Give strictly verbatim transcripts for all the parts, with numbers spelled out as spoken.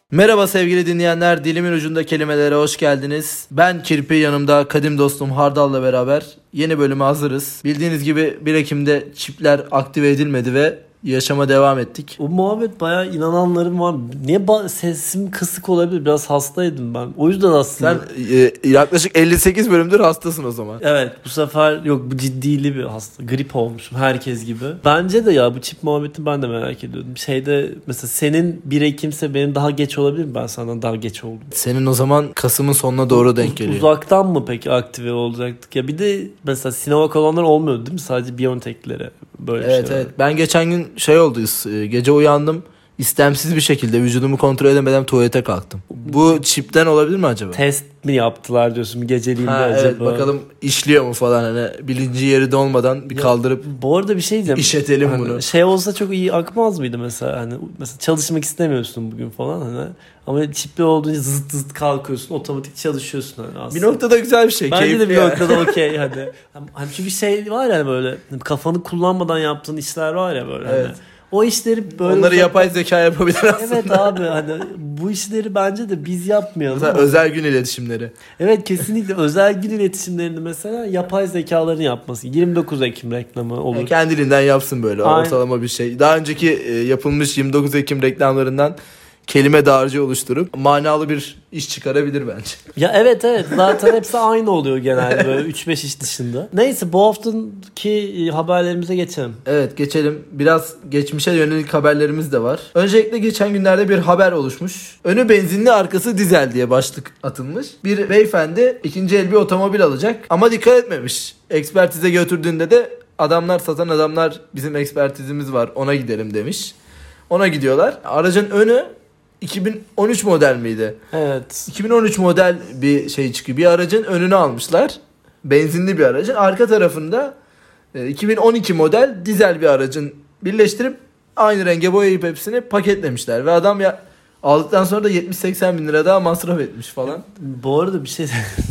Merhaba sevgili dinleyenler, dilimin ucunda kelimelere hoş geldiniz. Ben Kirpi, yanımda kadim dostum Hardal'la beraber yeni bölüme hazırız. Bildiğiniz gibi bir Ekim'de çipler aktive edilmedi ve yaşama devam ettik. O muhabbet bayağı inananlarım var. Niye ba- sesim kısık olabilir? Biraz hastaydım ben. O yüzden aslında. Sen e, yaklaşık elli sekiz bölümdür hastasın o zaman. Evet, bu sefer yok, bu ciddili bir hasta. Grip olmuşum herkes gibi. Bence de ya bu çip muhabbetini ben de merak ediyordum. Şeyde mesela senin bir Ekim'se benim daha geç olabilir mi? Ben senden daha geç oldum. Senin o zaman Kasım'ın sonuna doğru denk geliyor. Uzaktan mı peki aktive olacaktık? Ya bir de mesela Sinovac olanlar olmuyordu değil mi? Sadece BioNTech'lere böyle evet, bir şey evet. var. Ben geçen gün şey oldu, gece uyandım. İstemsiz bir şekilde vücudumu kontrol edemeden tuvalete kalktım. Bu çipten olabilir mi acaba? Test mi yaptılar diyorsun geceliğinde ha, acaba? Evet, bakalım işliyor mu falan, hani bilinci yerinde olmadan bir ya, kaldırıp bu arada bir şey diyeceğim. İşletelim hani bunu. Şey olsa çok iyi akmaz mıydı mesela, hani mesela çalışmak istemiyorsun bugün falan hani, ama çipli olduğunca zıt zıt kalkıyorsun, otomatik çalışıyorsun hani aslında. Bir noktada güzel bir şey. Bence de bir ya. noktada okey hani. Hani çünkü şey var ya, böyle kafanı kullanmadan yaptığın işler var ya böyle evet. hani. O işleri böyle... Onları uzak... yapay zeka yapabilir aslında. Evet abi, hani bu işleri bence de biz yapmayalım. Mesela özel gün iletişimleri. Evet, kesinlikle özel gün iletişimlerini mesela yapay zekaların yapması. yirmi dokuz Ekim reklamı olur. Yani kendiliğinden yapsın böyle. Aynen. Ortalama bir şey. Daha önceki e, yapılmış yirmi dokuz Ekim reklamlarından kelime dağarcığı oluşturup manalı bir iş çıkarabilir bence. Ya evet evet, zaten hepsi aynı oluyor genelde böyle üç beş iş dışında. Neyse, bu haftaki haberlerimize geçelim. Evet, geçelim. Biraz geçmişe yönelik haberlerimiz de var. Öncelikle geçen günlerde bir haber oluşmuş. Önü benzinli, arkası dizel diye başlık atılmış. Bir beyefendi ikinci el bir otomobil alacak ama dikkat etmemiş. Ekspertize götürdüğünde de adamlar, satan adamlar, bizim ekspertizimiz var ona gidelim demiş. Ona gidiyorlar. Aracın önü iki bin on üç model miydi? Evet. iki bin on üç model bir şey çıkıyor. Bir aracın önünü almışlar. Benzinli bir aracın. Arka tarafında iki bin on iki model dizel bir aracın birleştirip aynı renge boyayıp hepsini paketlemişler. Ve adam ya aldıktan sonra da yetmiş seksen bin lira daha masraf etmiş falan. Bu arada bir şey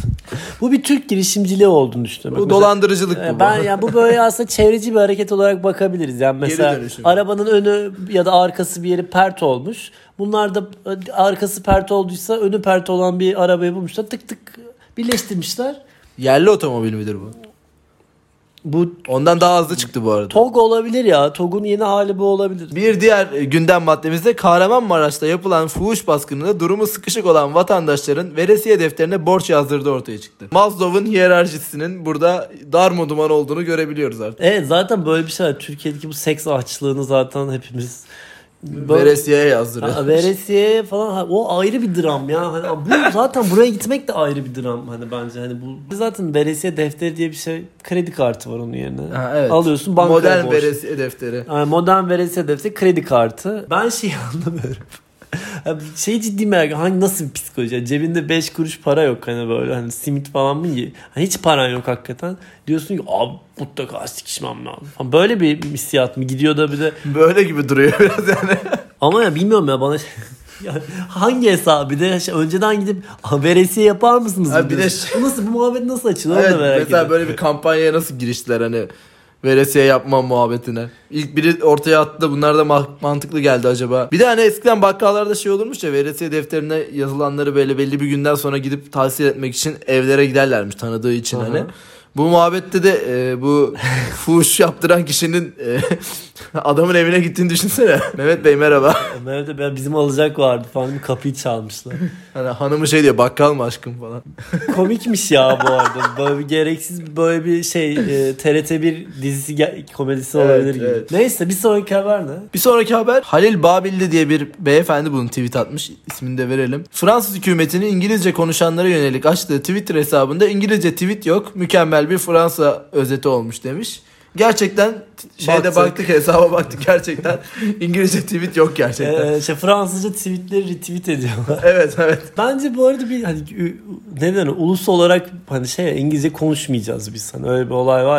bu bir Türk girişimciliği olduğunu düşünüyorum. Bu Mesela, dolandırıcılık bu. Ben yani bu böyle aslında çevreci bir hareket olarak bakabiliriz. Yani mesela arabanın önü ya da arkası bir yeri pert olmuş. Bunlar da arkası pert olduysa önü pert olan bir arabayı bulmuşlar. Tık tık birleştirmişler. Yerli otomobil midir bu? Bu ondan daha hızlı çıktı bu arada. T O G olabilir ya. T O G'un yeni hali bu olabilir. Bir diğer gündem maddemizde Kahramanmaraş'ta yapılan fuhuş baskınında durumu sıkışık olan vatandaşların veresiye defterine borç yazdırdığı ortaya çıktı. Maslow'un hiyerarşisinin burada darmaduman olduğunu görebiliyoruz artık. Evet, zaten böyle bir şey var. Türkiye'deki bu seks açlığını zaten hepimiz böyle, veresiye yazdırıyor. Ha, veresiye falan, o ayrı bir dram ya. Hani bu zaten buraya gitmek de ayrı bir dram hani bence. Hani bu zaten veresiye defteri diye bir şey, kredi kartı var onun yerine. Ha, evet. Alıyorsun, bankaya modern borç. veresiye defteri. Yani modern veresiye defteri, kredi kartı. Ben şeyi anlamıyorum. Şey ciddi merak, hangi nasıl bir psikoloji? Cebinde beş kuruş para yok hani, böyle hani simit falan mı ye? Hani hiç paran yok hakikaten. Diyorsun ki abi mutlaka sikişmem lazım. Böyle bir hissiyat mı gidiyor da bir de böyle gibi duruyor biraz yani. Ama ya bilmiyorum ya, bana ya hangi hesabı, bir de şey, önceden gidip veresiye yapar mısınız? Ha, bir de bu nasıl, bu muhabbet nasıl açılıyor? Evet, onu da merak mesela ediyorum. böyle bir kampanyaya nasıl giriştiler hani veresiye yapma muhabbetine. İlk biri ortaya attı da bunlar da ma- mantıklı geldi acaba. Bir de hani eskiden bakkallarda şey olurmuş ya, veresiye defterine yazılanları böyle belli bir günden sonra gidip tahsil etmek için evlere giderlermiş, tanıdığı için. Hı-hı. Hani. Bu muhabbette de e, bu fuhuş yaptıran kişinin e, adamın evine gittiğini düşünsene. Mehmet Bey merhaba. Mehmet Bey, bizim alacak vardı falan, bir kapıyı çalmışlar. Hani hanımı şey diyor, bakkal mı aşkım falan. Komikmiş ya bu arada. Böyle bir gereksiz böyle bir şey, e, T R T bir dizisi komedisi olabilir evet, gibi. Evet. Neyse, bir sonraki haber ne? Bir sonraki haber, Halil Babilli diye bir beyefendi bunu tweet atmış. İsmini de verelim. Fransız hükümetinin İngilizce konuşanlara yönelik açtığı Twitter hesabında İngilizce tweet yok, mükemmel bir Fransa özeti olmuş demiş. Gerçekten şeyde baktık, baktık hesaba baktık, gerçekten İngilizce tweet yok gerçekten. Ee, şey, Fransızca tweetleri retweet ediyorlar. Evet evet. Bence bu arada bir hani neden ulus olarak hani şey, İngilizce konuşmayacağız biz, hani öyle bir olay var ya.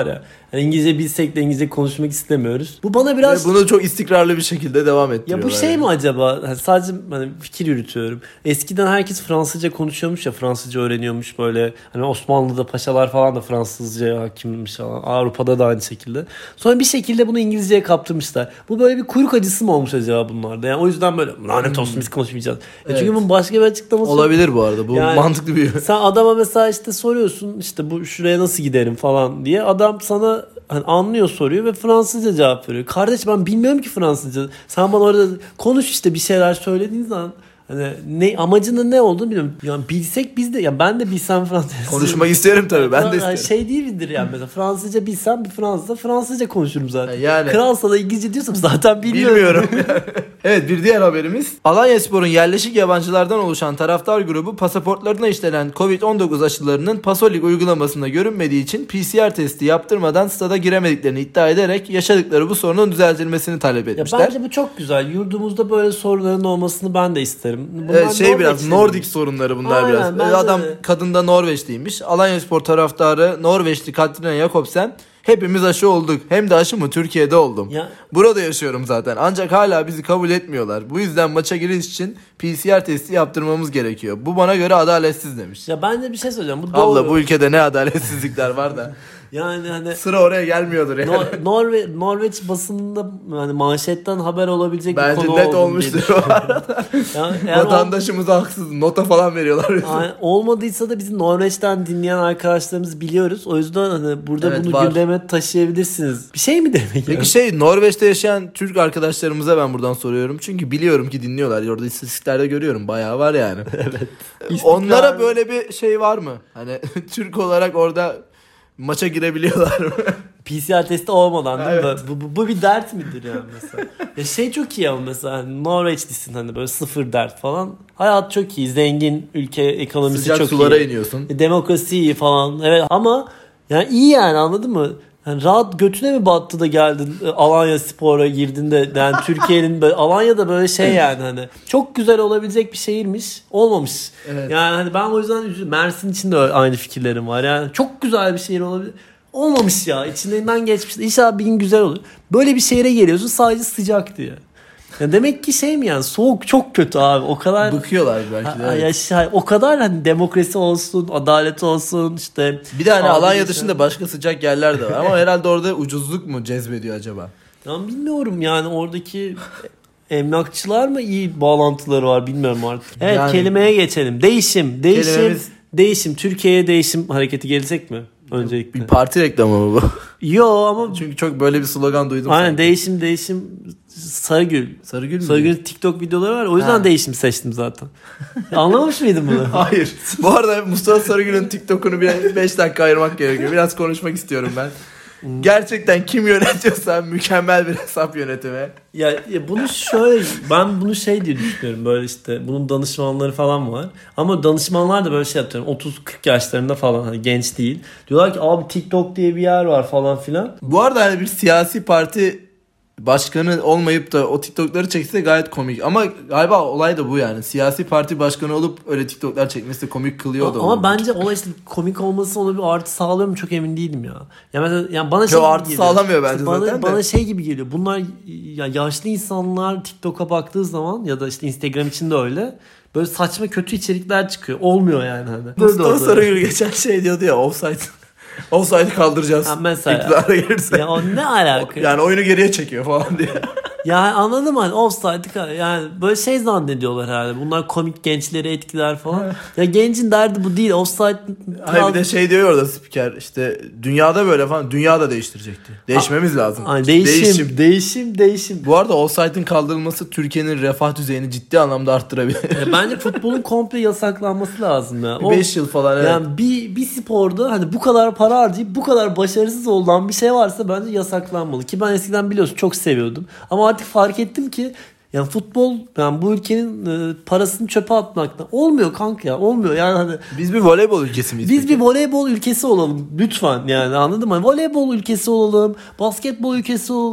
Yani İngilizce bilsek de İngilizce konuşmak istemiyoruz. Bu bana biraz... Ve bunu çok istikrarlı bir şekilde devam Ya ettiriyorlar. bu şey yani. mi acaba? Yani sadece hani fikir yürütüyorum. Eskiden herkes Fransızca konuşuyormuş ya, Fransızca öğreniyormuş böyle. Hani Osmanlı'da paşalar falan da Fransızca'ya hakimmiş falan. Avrupa'da da aynı şekilde. Sonra bir şekilde bunu İngilizceye kaptırmışlar. Bu böyle bir kuyruk acısı mı olmuş acaba bunlarda? Yani o yüzden böyle lanet olsun biz konuşmayacağız. Evet. Çünkü bunun başka bir açıklaması olabilir bu arada. Bu yani, mantıklı bir... Sen adama mesela işte soruyorsun işte bu şuraya nasıl giderim falan diye. Adam sana hani anlıyor soruyor ve Fransızca cevap veriyor. Kardeş ben bilmiyorum ki Fransızca. Sen bana orada konuş işte bir şeyler söylediğin zaman hani ne amacının ne olduğunu bilmiyorum. Yani bilsek biz de ya ben de bilsem Fransızca. Konuşmak isterim tabii. Ben de isterim. Şey değil midir yani mesela Fransızca bilsem bir Fransızca Fransızca konuşurum zaten. Yani. Kralsa da İngilizce diyorsam zaten bilmiyorum. Bilmiyorum. Evet, bir diğer haberimiz. Alanyaspor'un yerleşik yabancılardan oluşan taraftar grubu pasaportlarına işlenen covid on dokuz aşılarının Pasolik uygulamasında görünmediği için P C R testi yaptırmadan stada giremediklerini iddia ederek yaşadıkları bu sorunun düzeltilmesini talep etmişler. Ya bence bu çok güzel. Yurdumuzda böyle sorunların olmasını ben de isterim. Bunlar evet, şey Norveç'te biraz mi? Nordik sorunları bunlar. Aynen, biraz. bence Adam de. kadın da Norveçliymiş. Alanyaspor taraftarı Norveçli Katrina Jakobsen hepimiz aşı olduk. Hem de aşı mı Türkiye'de oldum. Ya. Burada yaşıyorum zaten. Ancak hala bizi kabul etmiyorlar. Bu yüzden maça giriş için P C R testi yaptırmamız gerekiyor. Bu bana göre adaletsiz demiş. Ya ben de bir şey söyleyeceğim. Bu doğru. Allah, bu ülkede ne adaletsizlikler var da. Yani hani Sıra oraya gelmiyordur yani. Nor- Norve Norveç basınında yani manşetten haber olabilecek Bence bir konu net olduğunu olmuştur diye o arada. Yani eğer ol- Vatandaşımıza haksız nota falan veriyorlar. Yani olmadıysa da bizi Norveç'ten dinleyen arkadaşlarımız biliyoruz. O yüzden hani burada Evet, bunu var. gündeme taşıyabilirsiniz. Bir şey mi demek Peki yani? şey, Norveç'te yaşayan Türk arkadaşlarımıza ben buradan soruyorum. Çünkü biliyorum ki dinliyorlar. Orada istatistiklerde görüyorum. Bayağı var yani. Evet. Onlara böyle bir şey var mı? Hani Türk olarak orada maça girebiliyorlar mı? P C R testi olmadan değil mi? Evet. Bu, bu, bu bir dert midir yani mesela? Ya şey çok iyi ama mesela hani Norveçlisin hani böyle sıfır dert falan. Hayat çok iyi. Zengin ülke, ekonomisi Sıcak çok sulara iyi. iniyorsun. E, Demokrasi iyi falan. Evet ama yani iyi yani, anladın mı? Yani rahat götüne mi battı da geldin e, Alanya Spor'a girdin de yani Türkiye'nin böyle Alanya'da böyle şey yani hani çok güzel olabilecek bir şehirmiş, olmamış. Evet. Yani hani ben o yüzden üzüldüm. Mersin için de aynı fikirlerim var. Yani çok güzel bir şehir olabilir. Olmamış ya. İçinden geçmiş. İnşallah bir gün güzel olur. Böyle bir şehre geliyorsun sadece sıcak diye. Ya demek ki şey mi yani, soğuk çok kötü abi. O kadar Bıkıyorlar belki de. Ha, Evet. ya şey, o kadar hani demokrasi olsun, adalet olsun işte. Bir de hani Abi Alanya yaşa- dışında başka sıcak yerler de var. Ama herhalde orada ucuzluk mu cezbediyor acaba? Ya bilmiyorum yani oradaki emlakçılar mı iyi bağlantıları var bilmiyorum artık. Evet, Yani- kelimeye geçelim. Değişim, değişim, Kelimemiz- değişim. Türkiye'ye değişim hareketi gelecek mi? Öncelikle. Bir parti reklamı mı bu? Yo ama Çünkü çok böyle bir slogan duydum. aynen sanki. değişim değişim Sarıgül. Sarıgül mü? Sarıgül TikTok videoları var. O yüzden Ha. değişim seçtim zaten. Ya anlamamış mıydın bunu? Hayır. Bu arada Mustafa Sarıgül'ün TikTok'unu bir beş dakika ayırmak gerekiyor. Biraz konuşmak istiyorum ben. Gerçekten kim yönetiyorsa mükemmel bir hesap yönetimi. Ya, ya bunu şöyle, ben bunu şey diye düşünüyorum, böyle işte bunun danışmanları falan var. Ama danışmanlar da böyle şey atıyorum otuz kırk yaşlarında falan, hani genç değil. Diyorlar ki abi TikTok diye bir yer var falan filan. Bu arada hani bir siyasi parti başkanı olmayıp da o TikTok'ları çekse gayet komik. Ama galiba olay da bu yani. Siyasi parti başkanı olup öyle TikTok'lar çekmesi de komik kılıyor da. Ama onu. bence olay işte komik olması ona bir artı sağlıyor mu çok emin değilim ya. Ya mesela yani bana şey Yo, gibi artı geliyor. sağlamıyor bence İşte bana, zaten de. Bana şey gibi geliyor. Bunlar ya yaşlı insanlar TikTok'a baktığı zaman ya da işte Instagram için de öyle. Böyle saçma kötü içerikler çıkıyor. Olmuyor yani hani. Mustafa Sarıgül geçen şey diyordu ya, offside. Offside'ı kaldıracağız. Ha, mesela. İktidara gelirse. Ya o ne alaka? Yani oyunu geriye çekiyor falan diye. Ya anladım hani offside yani böyle şey zannediyorlar herhalde. Bunlar komik gençleri etkiler falan. Ya gencin derdi bu değil. Offside Hayır, bir de şey diyor orada spiker, işte dünyada böyle falan, dünya da değiştirecekti. Değişmemiz lazım. Ay, değişim, değişim, değişim. Bu arada offside'ın kaldırılması Türkiye'nin refah düzeyini ciddi anlamda arttırabilir. Ya bence futbolun komple yasaklanması lazım ya. O, beş yıl falan, evet. Yani bir, bir sporda hani bu kadar para harcayıp bu kadar başarısız olan bir şey varsa bence yasaklanmalı. Ki ben eskiden biliyorsun çok seviyordum. Ama artık fark ettim ki yani futbol, yani bu ülkenin e, parasını çöpe atmaktan olmuyor kanka ya, olmuyor yani hani Biz bir voleybol ülkesi miyiz? biz peki? bir voleybol ülkesi olalım lütfen yani, anladın mı? Voleybol ülkesi olalım, basketbol ülkesi olalım.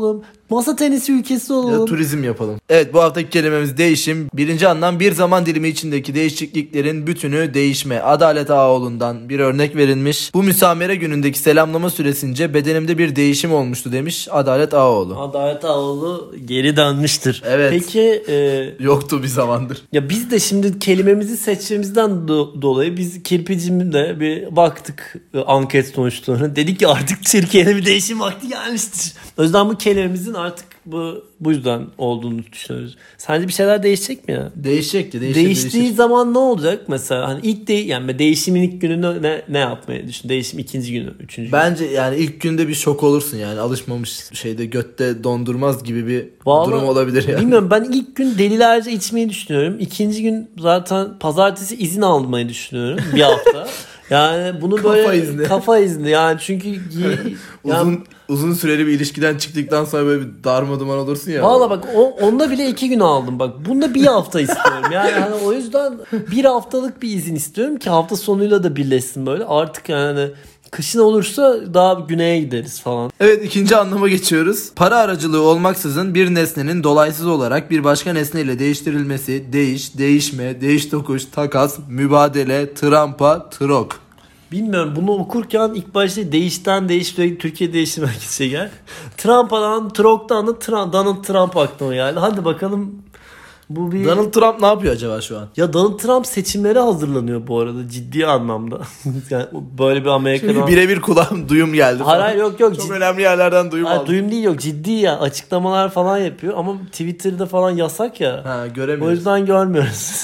Masa tenisi ülkesi Ya olalım. turizm yapalım. Evet, bu haftaki kelimemiz değişim. Birinci anlam bir zaman dilimi içindeki değişikliklerin bütünü değişme. Adalet Ağaoğlu'ndan bir örnek verilmiş. Bu müsamere günündeki selamlama süresince bedenimde bir değişim olmuştu demiş Adalet Ağaoğlu. Adalet Ağaoğlu geri dönmüştür. Evet. Peki e, Yoktu bir zamandır. ya biz de şimdi kelimemizi seçmemizden do- dolayı biz kirpicimde bir baktık e, anket sonuçlarına. Dedik ki artık Türkiye'de bir değişim vakti gelmiştir. O yüzden bu kelimemizin artık bu bu yüzden olduğunu düşünüyoruz. Sence bir şeyler değişecek mi ya? Değişecekti. Değişir, Değiştiği değişir. zaman ne olacak mesela? Hani ilk de yani değişimin ilk gününü ne ne yapmayı düşün? Değişim ikinci günü, üçüncü günü. Bence yani ilk günde bir şok olursun yani. Alışmamış şeyde götte dondurmaz gibi bir Vallahi durum olabilir yani. Bilmiyorum, ben ilk gün delilerce içmeyi düşünüyorum. İkinci gün zaten pazartesi izin almayı düşünüyorum bir hafta. Yani bunu böyle Kafa izni. kafa izni yani çünkü y- Uzun yani, uzun süreli bir ilişkiden çıktıktan sonra böyle bir darma duman olursun ya. valla bak o, onda bile iki gün aldım bak. Bunda bir hafta istiyorum. Yani hani o yüzden bir haftalık bir izin istiyorum ki hafta sonuyla da birleşsin böyle. Artık yani kışın olursa daha güneye gideriz falan. Evet, ikinci anlama geçiyoruz. Para aracılığı olmaksızın bir nesnenin dolaysız olarak bir başka nesneyle değiştirilmesi, değiş, değişme, değiş tokuş, takas, mübadele, trampa, trok. Bilmiyorum, bunu okurken ilk başta değişten değişmeye Türkiye değişim merkezi gel. Trump'dan, Trok'tan da Trump, Donald Trump aklıma geldi. Hadi bakalım bu bir... Donald Trump ne yapıyor acaba şu an? Ya Donald Trump seçimlere hazırlanıyor bu arada ciddi anlamda. Yani böyle bir Amerika'dan... Şimdi birebir kulağım duyum geldi. Hayır hayır, yok yok. Çok Ciddi... önemli yerlerden duyum Hayır, aldım. duyum değil, yok ciddi ya, açıklamalar falan yapıyor ama Twitter'da falan yasak ya. Ha, O göremiyoruz. yüzden görmüyoruz.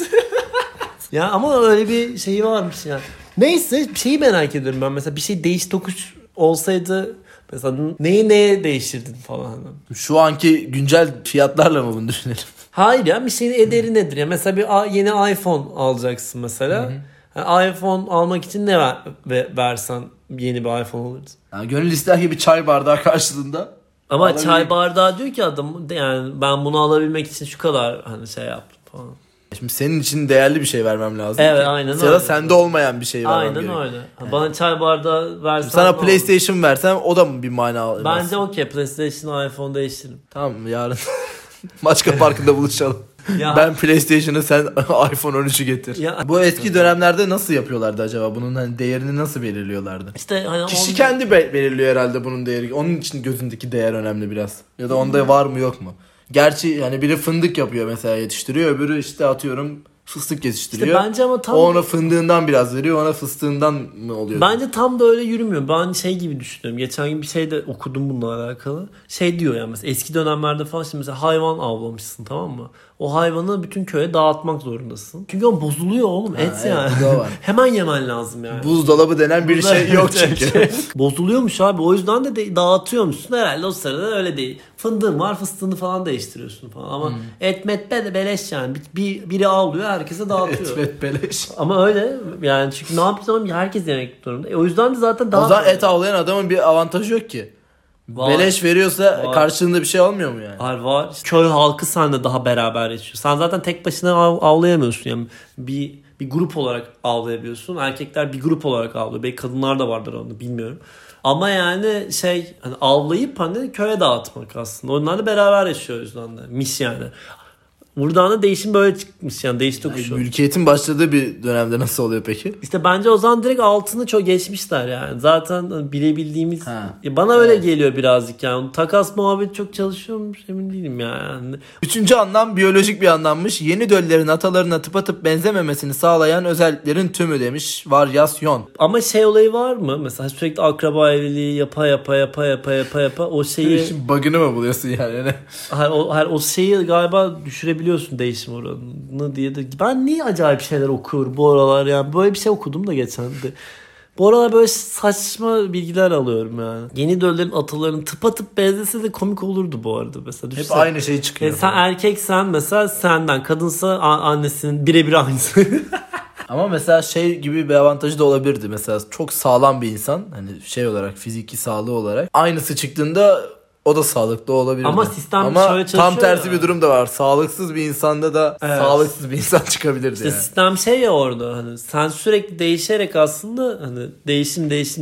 Ya ama öyle bir şeyi varmış ya. Neyse, şeyi merak ediyorum ben, mesela bir şey değiş tokuş olsaydı mesela neyi neye değiştirdin falan. Şu anki güncel fiyatlarla mı bunu düşünelim? Hayır ya, bir şeyin ederi nedir ya? Mesela bir a- yeni iPhone alacaksın mesela. Yani iPhone almak için ne ver, ve- versen yeni bir iPhone alırdın. Yani gönül ister gibi çay bardağı karşılığında. Ama Alabilir. çay bardağı diyor ki adam, yani ben bunu alabilmek için şu kadar hani şey yaptım falan. Şimdi senin için değerli bir şey vermem lazım. Evet, ki. aynen Ya da öyle. sende olmayan bir şey vermem Aynen gerekiyor. öyle. Bana çay bardağı versen Sana ne olur? PlayStation versem o da mı bir mana almaz? Bence okey, PlayStation, iPhone değiştiririm. Tamam, yarın Maçka Parkı'nda buluşalım. Ya- Ben PlayStation'ı, sen iPhone on üçü getir. Ya- Bu eski dönemlerde nasıl yapıyorlardı acaba? Bunun hani değerini nasıl belirliyorlardı? İşte hani Kişi on- kendi be- belirliyor herhalde bunun değeri. Onun için gözündeki değer önemli biraz. Ya da onda var mı yok mu? Gerçi hani biri fındık yapıyor mesela, yetiştiriyor. Öbürü işte atıyorum fıstık yetiştiriyor. İşte bence ama tam O ona fındığından biraz veriyor. Ona fıstığından mı oluyor? Bence tam da öyle yürümüyor. Ben şey gibi düşünüyorum. Geçen gün bir şey de okudum bununla alakalı. Şey diyor ya, mesela eski dönemlerde falan, şimdi mesela hayvan avlamışsın, tamam mı? O hayvanı bütün köye dağıtmak zorundasın. Çünkü o bozuluyor oğlum. Et evet, yani. bu da var. Hemen yemen lazım yani. Buzdolabı denen bir şey yok çünkü. Bozuluyormuş abi. O yüzden de, de dağıtıyormuşsun. Herhalde o sırada öyle değil. Fındığın var, fıstığını falan değiştiriyorsun falan. Ama Hmm. et met be- beleş yani. Bir, bir- biri avlıyor, herkese dağıtıyor. Et beleş. Ama öyle yani, çünkü ne yapacağım, herkes yemek durumunda. E, o yüzden de zaten daha... O zaman et avlayan adamın bir avantajı yok ki. Var. Beleş veriyorsa Var. karşılığında bir şey olmuyor mu yani? Var var. Köy halkı seninle daha beraber yaşıyor. Sen zaten tek başına av- avlayamıyorsun. Yani bir bir grup olarak avlayabiliyorsun. Erkekler bir grup olarak avlıyor. Belki kadınlar da vardır onu, bilmiyorum. Ama yani şey, hani avlayıp hani köye dağıtmak aslında. Onlar da beraber yaşıyor, o yüzden de. Mis yani. Buradan da değişim böyle çıkmış yani, değiş Yani tokuşu. mülkiyetin başladığı bir dönemde nasıl oluyor peki? İşte bence o zaman direkt altını çok geçmişler yani. Zaten bilebildiğimiz, Ha. Ya bana öyle Evet. geliyor birazcık yani. Takas muhabbet çok çalışıyormuş, emin değilim yani. Üçüncü anlam biyolojik bir anlammış. Yeni döllerin atalarına tıpatıp benzememesini sağlayan özelliklerin tümü demiş. Varyasyon. Ama şey olayı var mı? Mesela sürekli akraba evliliği yapa yapa yapa yapa yapa yapa o şeyi, Şimdi bug'ını mı buluyorsun yani? Ne? her, o, her, o şeyi galiba düşürebiliyorsun, değişim oranını diye de. Ben niye acayip şeyler okuyorum bu aralar yani. Böyle bir şey okudum da geçen de. Bu aralar böyle saçma bilgiler alıyorum yani. Yeni döllerin atalarının tıpatıp benzese de komik olurdu bu arada mesela. Hep Düşünsene. aynı şey çıkıyor. E sen erkeksen mesela senden, kadınsa a- annesinin birebir aynısı. Ama mesela şey gibi bir avantajı da olabilirdi. Mesela çok sağlam bir insan, hani şey olarak, fiziki sağlığı olarak aynısı çıktığında o da sağlıklı olabilirdi. Ama sistem Ama şöyle çalışıyor tam tersi ya. bir durum da var. Sağlıksız bir insanda da Evet. sağlıksız bir insan çıkabilirdi İşte yani. sistem şey ya orada, hani sen sürekli değişerek aslında hani değişim değişim değişip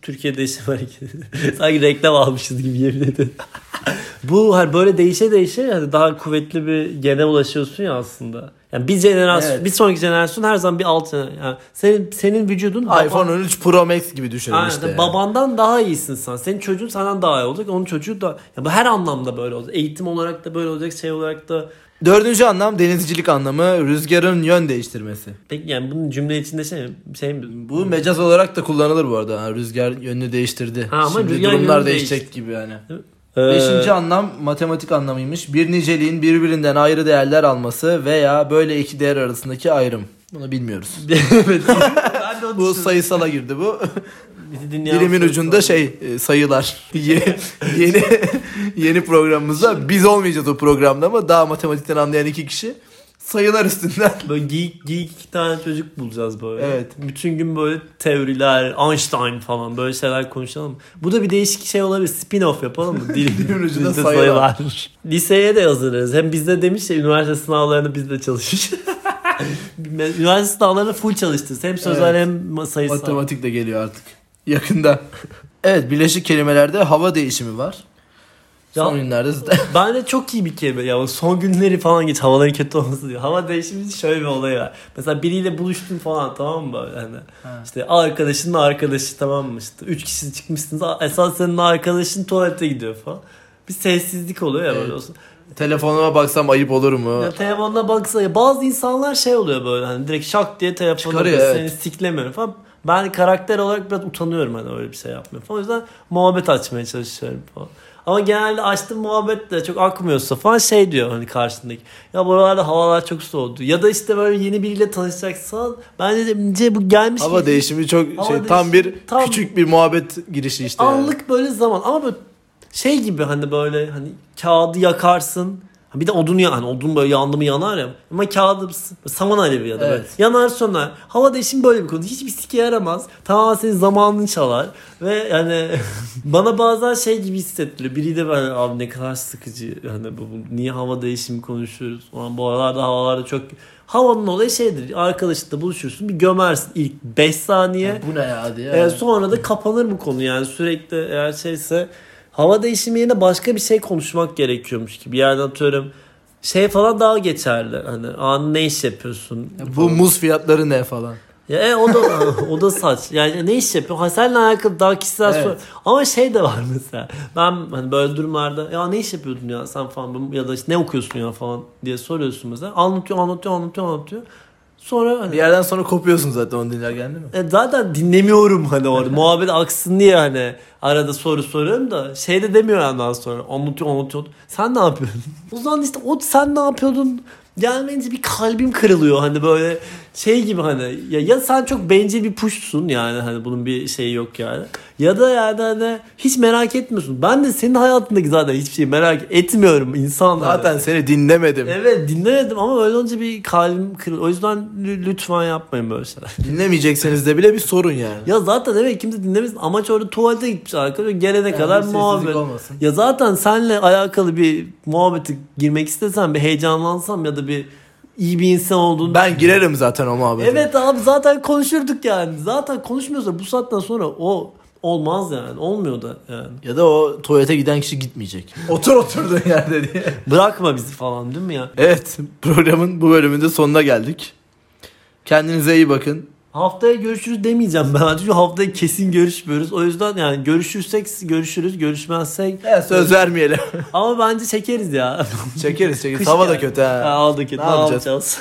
Türkiye Değişim Hareketi. Sanki reklam almışız gibi yemin ederim. Bu hani böyle değişe değişe hani daha kuvvetli bir gene ulaşıyorsun ya aslında. Yani bir jenerasyon, evet. bir sonraki jenerasyon her zaman bir alt jenerasyon. Yani senin senin vücudun iPhone baban, on üç Pro Max gibi düşünün aynen, işte. Yani. Babandan daha iyisin sen. Senin çocuğun senden daha iyi olacak. Onun çocuğu da yani bu her anlamda böyle olacak. Eğitim olarak da böyle olacak, şey olarak da. Dördüncü anlam denizcilik anlamı, rüzgarın yön değiştirmesi. Peki yani bunun cümle içinde şey mi? Şey mi? Bu mecaz olarak da kullanılır bu arada. Yani rüzgar yönünü değiştirdi. Ha, ama şimdi durumlar değişecek değişti. gibi yani. Ee... Beşinci anlam matematik anlamıymış. Bir niceliğin birbirinden ayrı değerler alması veya böyle iki değer arasındaki ayrım. Bunu bilmiyoruz. Evet. Bu sayısala girdi bu. Dilimin ucunda şey sayılar. yeni yeni programımızda biz olmayacağız o programda ama daha matematikten anlayan iki kişi sayılar üstünden. Böyle geek, geek iki tane çocuk bulacağız böyle. Evet. Bütün gün böyle teoriler, Einstein falan böyle şeyler konuşalım. Bu da bir değişik şey olabilir. Spin-off yapalım mı? Dilimin ucunda sayılar. sayılar. Liseye de hazırlarız. Hem bizde demiş ya üniversite sınavlarını biz de çalışmış. Üniversite sınavlarını full çalıştırız. Hem sözel evet. hem sayısal. Matematik de geliyor artık. Yakında. Evet, birleşik kelimelerde hava değişimi var. Ya, son günlerde zaten. Bence çok iyi bir kelime. Ya son günleri falan geç havaların kötü olması diyor. Hava değişimi şöyle bir olay var. Mesela biriyle buluştun falan, tamam mı? Yani işte arkadaşının arkadaşı, tamam mı? İşte üç kişi çıkmışsınız. Esas senin arkadaşın tuvalete gidiyor falan. Bir sessizlik oluyor ya evet. böyle olsun. Telefonuma baksam ayıp olur mu? Ya telefonuna baksa ya bazı insanlar şey oluyor böyle hani direkt şak diye telefonuna evet. seni siklemiyor falan. Ben karakter olarak biraz utanıyorum hani öyle bir şey yapmıyorum falan. O yüzden muhabbet açmaya çalışıyorum falan. Ama genelde açtığım muhabbet de çok akmıyorsa falan şey diyor hani karşındaki. Ya buralarda havalar çok soğudu. Ya da işte böyle yeni biriyle tanışacaksan bence bu gelmiş. Hava gibi. Değişimi çok hava şey değişimi, tam bir tam küçük bir muhabbet girişi işte. Anlık yani. böyle zaman ama böyle şey gibi hani böyle hani kağıdı yakarsın. Bir de odun ya hani odun böyle yandı mı yanar ya. Ama kağıdı saman alevi ya da evet. böyle. Yanar söner. Hava değişimi böyle bir konu. Hiçbir sike yaramaz. Tamamen senin zamanını çalar. Ve yani bana bazen şey gibi hissettiriyor. Biri de böyle abi ne kadar sıkıcı. Hani bu, bu niye hava değişimi konuşuyoruz? Ulan bu aralarda havalarda çok... Havanın olayı şeydir. Arkadaşınla buluşursun. Bir gömersin ilk beş saniye. Ya bu ne ya diye. E, sonra da kapanır bu konu yani. Sürekli eğer şeyse... Hava değişimi yerine başka bir şey konuşmak gerekiyormuş gibi. Yani atıyorum şey falan daha geçerli. Hani an ne iş yapıyorsun? Ya bu muz fiyatları ne falan. Ya e, o da o da saç. Yani ne iş yapıyorsun? Ha, seninle alakalı daha kişisel evet. soru. Ama şey de var mesela. Ben hani böyle durumlarda ya ne iş yapıyordun ya sen falan ya da işte ne okuyorsun ya falan diye soruyorsun mesela. Anlatıyor, anlatıyor, anlatıyor, anlatıyor. Sonra hani, bir yerden sonra kopuyorsun zaten onu dinlerken değil mi? E, zaten dinlemiyorum hani orada. Muhabbet aksın diye hani arada soru soruyorum da şey de demiyor ondan sonra. Anlatıyor anlatıyor. Sen ne yapıyordun? O zaman işte o sen ne yapıyordun? Gelmeyince bir kalbim kırılıyor hani böyle şey gibi hani ya, ya sen çok bencil bir puşsun yani hani bunun bir şeyi yok yani. Ya da yani hani hiç merak etmiyorsun. Ben de senin hayatındaki zaten hiçbir şeyi merak etmiyorum insanlar. Zaten seni dinlemedim. Evet dinlemedim ama öyle olunca bir kalbim kırılıyor. O yüzden lütfen yapmayın böyle şeyler. Dinlemeyecekseniz de bile bir sorun yani. Ya zaten evet kimse dinlemesin. Amaç orada tuvalete gitmiş arkadaş. Gelene yani kadar muhabbet. Olmasın. Ya zaten seninle alakalı bir muhabbete girmek istesem bir heyecanlansam ya da bir iyi bir insan olduğunu... Ben girerim zaten o muhabbete. Evet abi zaten konuşurduk yani. Zaten konuşmuyorsa bu saatten sonra o olmaz yani. Olmuyor da yani. Ya da o tuvalete giden kişi gitmeyecek. Otur oturduğun yerde diye. Bırakma bizi falan değil mi ya? Evet, programın bu bölümünde sonuna geldik. Kendinize iyi bakın. Haftaya görüşürüz demeyeceğim ben. Çünkü haftaya kesin görüşmüyoruz. O yüzden yani görüşürsek görüşürüz. Görüşmezsek... Ya söz vermeyelim. Ama bence çekeriz ya. Çekeriz çekeriz. Hava da kötü ha. Hava da kötü. Ne, ne yapacağız?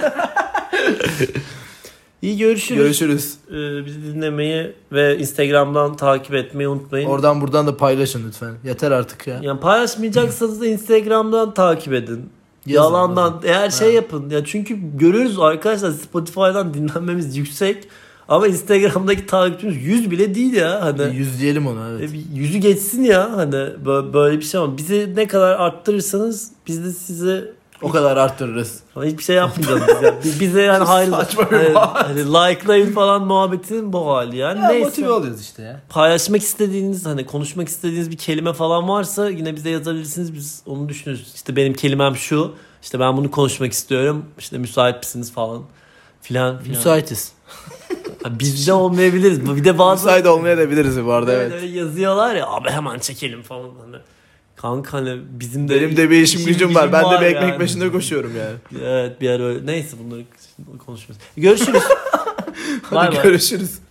İyi görüşürüz. Görüşürüz. Ee, bizi dinlemeyi ve Instagram'dan takip etmeyi unutmayın. Oradan buradan da paylaşın lütfen. Yeter artık ya. Yani paylaşmayacaksanız da Instagram'dan takip edin. Yazın, yalandan yazın. Eğer şey ha. yapın ya çünkü görüyoruz arkadaşlar Spotify'dan dinlenmemiz yüksek ama Instagram'daki takipçimiz yüz bile değil ya hani yüz diyelim ona evet. yüzü geçsin ya hani böyle bir şey ama bizi ne kadar arttırırsanız biz de size o kadar arttırırız. Hiçbir şey yapmayacağız biz yani. Bize yani hayır hani, hani like'layın falan muhabbetinin bu hali yani. Ya neyse. Motive oluyoruz işte ya. Paylaşmak istediğiniz hani konuşmak istediğiniz bir kelime falan varsa yine bize yazabilirsiniz. Biz onu düşünürüz. İşte benim kelimem şu. İşte ben bunu konuşmak istiyorum. İşte müsait misiniz falan filan filan. Müsaitiz. Biz de olmayabiliriz. Bir de bazı Müsait olmayabiliriz bu arada, evet. evet. Öyle yazıyorlar ya abi hemen çekelim falan hani. Kanka hani bizim de Benim de bir işim gücüm var. Ben de bir ekmek yani. peşinde koşuyorum yani. Evet bir ara öyle. Neyse bunları konuşmuyoruz. Görüşürüz. Hadi Bye bye. görüşürüz.